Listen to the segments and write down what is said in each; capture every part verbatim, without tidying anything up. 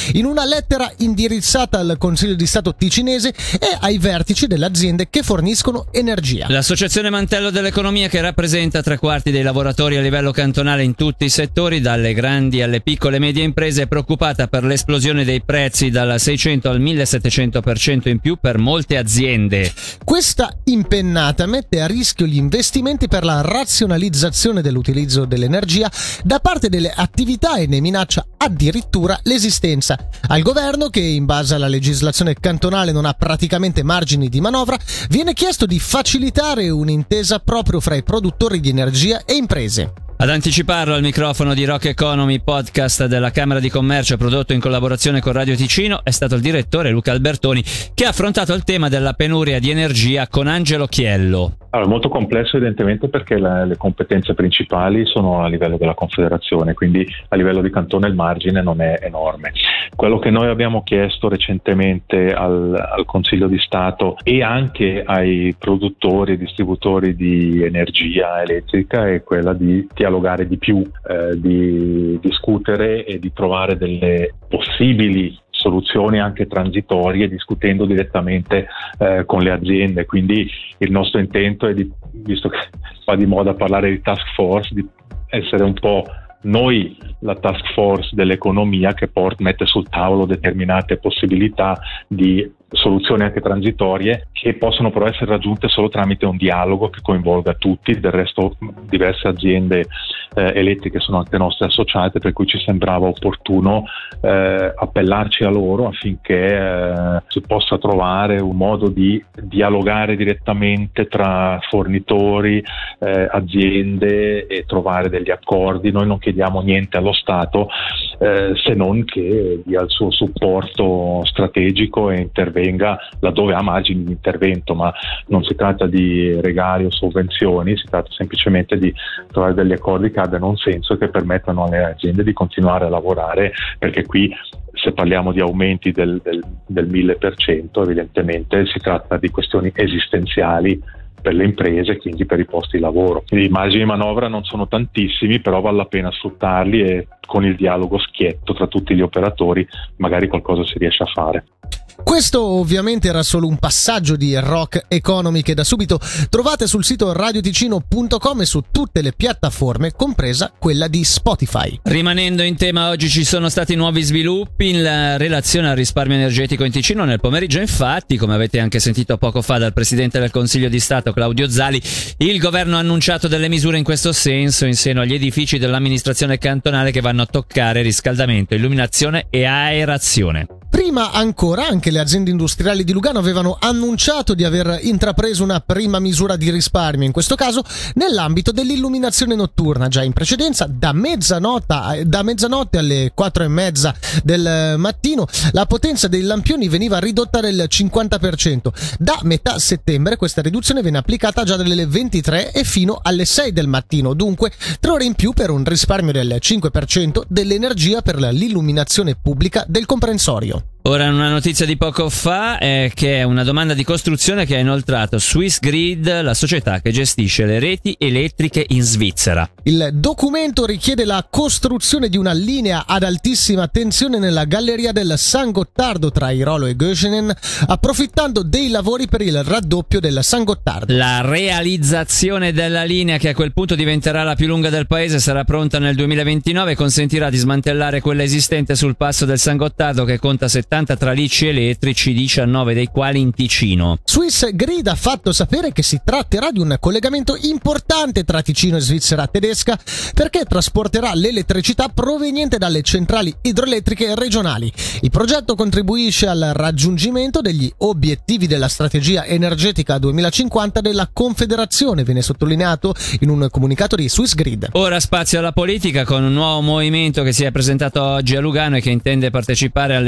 in una lettera indirizzata al Consiglio di Stato ticinese e ai vertici delle aziende che forniscono energia. L'associazione Mantello dell'Economia, che rappresenta tre quarti dei lavoratori a livello cantonale in tutti i settori, dalle grandi alle piccole e medie imprese, è preoccupata per l'esplosione dei prezzi dal seicento al millesettecento per cento in più per molte aziende. Questa impennata mette a rischio gli investimenti per la razionalizzazione dell'utilizzo dell'energia da parte delle attività e ne minaccia addirittura l'esistenza. Al governo, che in base alla legislazione cantonale non ha praticamente margini di manovra, viene chiesto di facilitare un'intesa proprio fra i produttori di energia e imprese. Ad anticiparlo al microfono di Rock Economy, podcast della Camera di Commercio prodotto in collaborazione con Radio Ticino, è stato il direttore Luca Albertoni, che ha affrontato il tema della penuria di energia con Angelo Chiello. Allora, è molto complesso evidentemente perché la, le competenze principali sono a livello della Confederazione, quindi a livello di cantone il margine non è enorme. Quello che noi abbiamo chiesto recentemente al, al Consiglio di Stato e anche ai produttori e distributori di energia elettrica è quella di dialogare di più, eh, di discutere e di trovare delle possibili soluzioni anche transitorie, discutendo direttamente eh, con le aziende. Quindi il nostro intento è di, visto che va di moda parlare di task force, di essere un po' noi la task force dell'economia che port, mette sul tavolo determinate possibilità di soluzioni anche transitorie che possono però essere raggiunte solo tramite un dialogo che coinvolga tutti. Del resto diverse aziende eh, elettriche sono anche nostre associate, per cui ci sembrava opportuno eh, appellarci a loro affinché eh, si possa trovare un modo di dialogare direttamente tra fornitori, eh, aziende e trovare degli accordi. Noi non chiediamo niente allo Stato eh, se non che dia il suo supporto strategico e intervenga laddove ha margini di intervento, ma non si tratta di regali o sovvenzioni, si tratta semplicemente di trovare degli accordi che abbiano un senso e che permettano alle aziende di continuare a lavorare, perché qui se parliamo di aumenti del, del, del mille per cento evidentemente si tratta di questioni esistenziali per le imprese e quindi per i posti di lavoro. Quindi i margini di manovra non sono tantissimi, però vale la pena sfruttarli e con il dialogo schietto tra tutti gli operatori magari qualcosa si riesce a fare. Questo ovviamente era solo un passaggio di Rock Economy che da subito trovate sul sito radioticino punto com e su tutte le piattaforme, compresa quella di Spotify. Rimanendo in tema, oggi ci sono stati nuovi sviluppi in relazione al risparmio energetico in Ticino. Nel pomeriggio, infatti, come avete anche sentito poco fa dal Presidente del Consiglio di Stato Claudio Zali, il governo ha annunciato delle misure in questo senso in seno agli edifici dell'amministrazione cantonale che vanno a toccare riscaldamento, illuminazione e aerazione. Prima ancora anche le aziende industriali di Lugano avevano annunciato di aver intrapreso una prima misura di risparmio, in questo caso nell'ambito dell'illuminazione notturna. Già in precedenza, da mezzanotte, da mezzanotte alle quattro e mezza del mattino, la potenza dei lampioni veniva ridotta del cinquanta per cento. Da metà settembre questa riduzione viene applicata già dalle ventitré e fino alle sei del mattino, dunque tre ore in più per un risparmio del cinque per cento dell'energia per l'illuminazione pubblica del comprensorio. Ora una notizia di poco fa è che è una domanda di costruzione che ha inoltrato Swissgrid, la società che gestisce le reti elettriche in Svizzera. Il documento richiede la costruzione di una linea ad altissima tensione nella galleria del San Gottardo tra Airolo e Göschenen, approfittando dei lavori per il raddoppio del San Gottardo. La realizzazione della linea, che a quel punto diventerà la più lunga del paese, sarà pronta nel duemilaventinove e consentirà di smantellare quella esistente sul passo del San Gottardo, che conta settanta tralicci elettrici, diciannove dei quali in Ticino. Swissgrid ha fatto sapere che si tratterà di un collegamento importante tra Ticino e Svizzera tedesca, perché trasporterà l'elettricità proveniente dalle centrali idroelettriche regionali. Il progetto contribuisce al raggiungimento degli obiettivi della strategia energetica duemilacinquanta della Confederazione, viene sottolineato in un comunicato di Swissgrid. Ora spazio alla politica, con un nuovo movimento che si è presentato oggi a Lugano e che intende partecipare alle prossime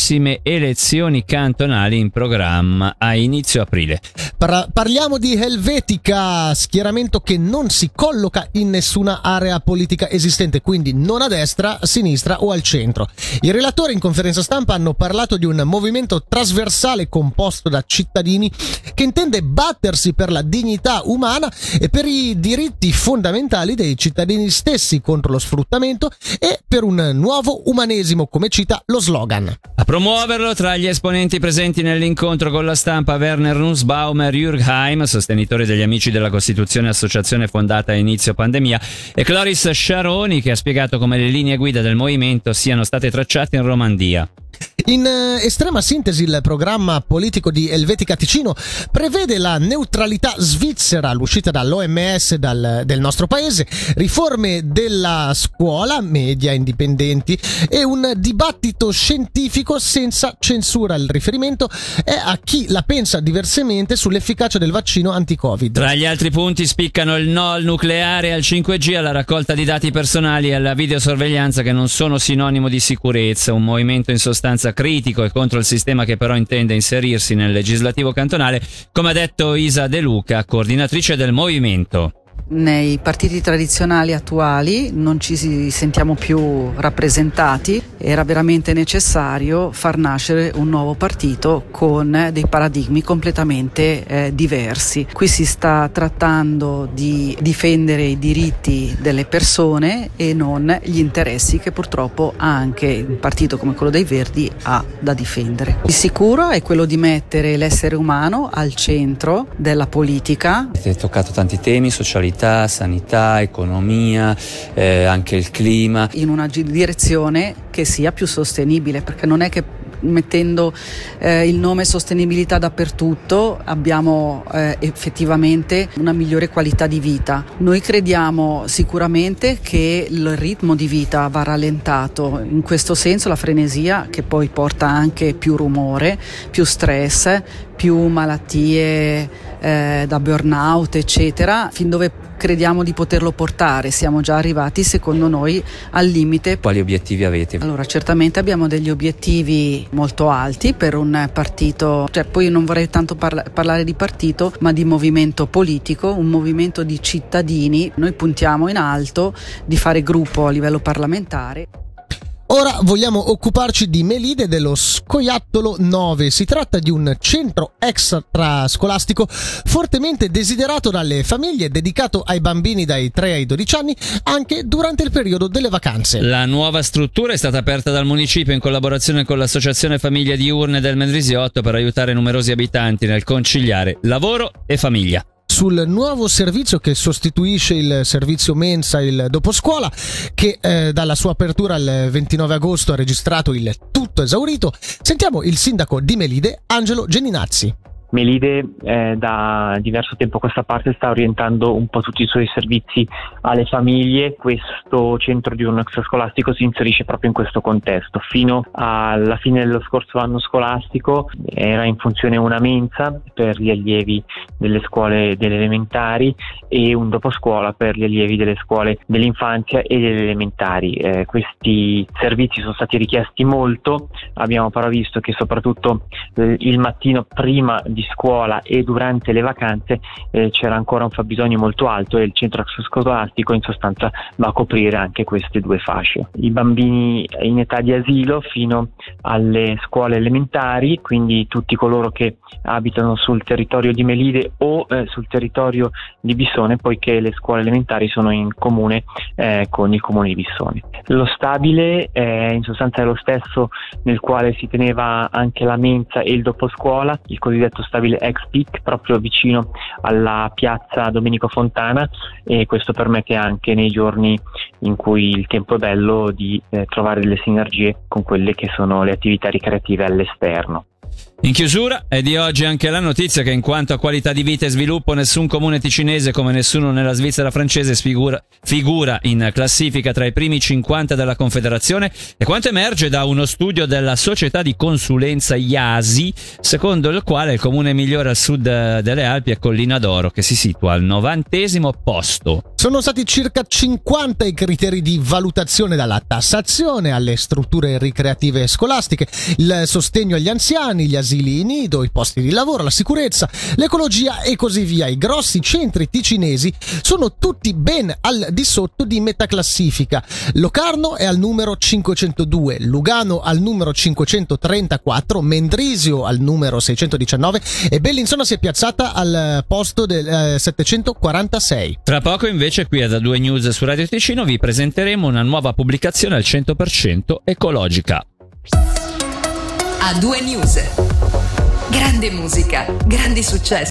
prossime elezioni cantonali in programma a inizio aprile. Par- parliamo di Helvetica, schieramento che non si colloca in nessuna area politica esistente, quindi non a destra, a sinistra o al centro. I relatori in conferenza stampa hanno parlato di un movimento trasversale composto da cittadini che intende battersi per la dignità umana e per i diritti fondamentali dei cittadini stessi contro lo sfruttamento e per un nuovo umanesimo, come cita lo slogan. A promuoverlo tra gli esponenti presenti nell'incontro con la stampa Werner Nussbaumer, Jürg Heim, sostenitore degli Amici della Costituzione, associazione fondata a inizio pandemia, e Cloris Sciaroni, che ha spiegato come le linee guida del movimento siano state tracciate in Romandia. In eh, estrema sintesi, il programma politico di Helvetica Ticino prevede la neutralità svizzera all'uscita dall'O M S dal, del nostro paese, riforme della scuola, media indipendenti e un dibattito scientifico senza censura. Il riferimento è a chi la pensa diversamente sull'efficacia del vaccino anti-Covid. Tra gli altri punti spiccano il no al nucleare, al cinque G, alla raccolta di dati personali e alla videosorveglianza, che non sono sinonimo di sicurezza, un movimento in sostanza critico e contro il sistema che però intende inserirsi nel legislativo cantonale, come ha detto Isa De Luca, coordinatrice del movimento. Nei partiti tradizionali attuali non ci sentiamo più rappresentati, era veramente necessario far nascere un nuovo partito con dei paradigmi completamente eh, diversi. Qui si sta trattando di difendere i diritti delle persone e non gli interessi che purtroppo anche un partito come quello dei Verdi ha da difendere. Il sicuro è quello di mettere l'essere umano al centro della politica. Avete toccato tanti temi, socialità, sanità, economia, eh, anche il clima. In una direzione che sia più sostenibile, perché non è che mettendo eh, il nome sostenibilità dappertutto abbiamo eh, effettivamente una migliore qualità di vita. Noi crediamo sicuramente che il ritmo di vita va rallentato, in questo senso la frenesia, che poi porta anche più rumore, più stress, più malattie eh, da burnout eccetera, fin dove crediamo di poterlo portare. Siamo già arrivati secondo noi al limite. Quali obiettivi avete? Allora, certamente abbiamo degli obiettivi molto alti per un partito, cioè poi non vorrei tanto parla- parlare di partito ma di movimento politico, un movimento di cittadini. Noi puntiamo in alto di fare gruppo a livello parlamentare. Ora vogliamo occuparci di Melide dello Scoiattolo nove. Si tratta di un centro extrascolastico fortemente desiderato dalle famiglie, dedicato ai bambini dai tre ai dodici anni anche durante il periodo delle vacanze. La nuova struttura è stata aperta dal municipio in collaborazione con l'Associazione Famiglie Diurne del Mendrisiotto per aiutare numerosi abitanti nel conciliare lavoro e famiglia. Sul nuovo servizio che sostituisce il servizio mensa e il doposcuola, che eh, dalla sua apertura il ventinove agosto ha registrato il tutto esaurito, sentiamo il sindaco di Melide, Angelo Geninazzi. Melide eh, da diverso tempo a questa parte sta orientando un po' tutti i suoi servizi alle famiglie. Questo centro diurno extrascolastico si inserisce proprio in questo contesto. Fino alla fine dello scorso anno scolastico era in funzione una mensa per gli allievi delle scuole delle elementari e un doposcuola per gli allievi delle scuole dell'infanzia e delle elementari. Eh, questi servizi sono stati richiesti molto, abbiamo però visto che soprattutto eh, il mattino prima di scuola e durante le vacanze eh, c'era ancora un fabbisogno molto alto e il centro extrascolastico in sostanza va a coprire anche queste due fasce. I bambini in età di asilo fino alle scuole elementari, quindi tutti coloro che abitano sul territorio di Melide o eh, sul territorio di Bissone, poiché le scuole elementari sono in comune eh, con il comune di Bissone. Lo stabile eh, in sostanza è lo stesso nel quale si teneva anche la mensa e il doposcuola, il cosiddetto stabile ex P I C, proprio vicino alla piazza Domenico Fontana, e questo permette anche nei giorni in cui il tempo è bello di eh, trovare delle sinergie con quelle che sono le attività ricreative all'esterno. In chiusura è di oggi anche la notizia che in quanto a qualità di vita e sviluppo nessun comune ticinese come nessuno nella Svizzera francese figura, figura in classifica tra i primi cinquanta della Confederazione, e quanto emerge da uno studio della società di consulenza I A S I, secondo il quale il comune migliore al sud delle Alpi è Collina d'Oro, che si situa al novantesimo posto. Sono stati circa cinquanta i criteri di valutazione, dalla tassazione alle strutture ricreative scolastiche, il sostegno agli anziani, gli asili nido, i posti di lavoro, la sicurezza, l'ecologia e così via. I grossi centri ticinesi sono tutti ben al di sotto di metà classifica. Locarno è al numero cinquecentodue, Lugano al numero cinquecentotrentaquattro, Mendrisio al numero seicentodiciannove e Bellinzona si è piazzata al posto del eh, settecentoquarantasei. Tra poco invece qui ad A due News su Radio Ticino vi presenteremo una nuova pubblicazione al cento per cento ecologica. A due News. Grande musica, grandi successi.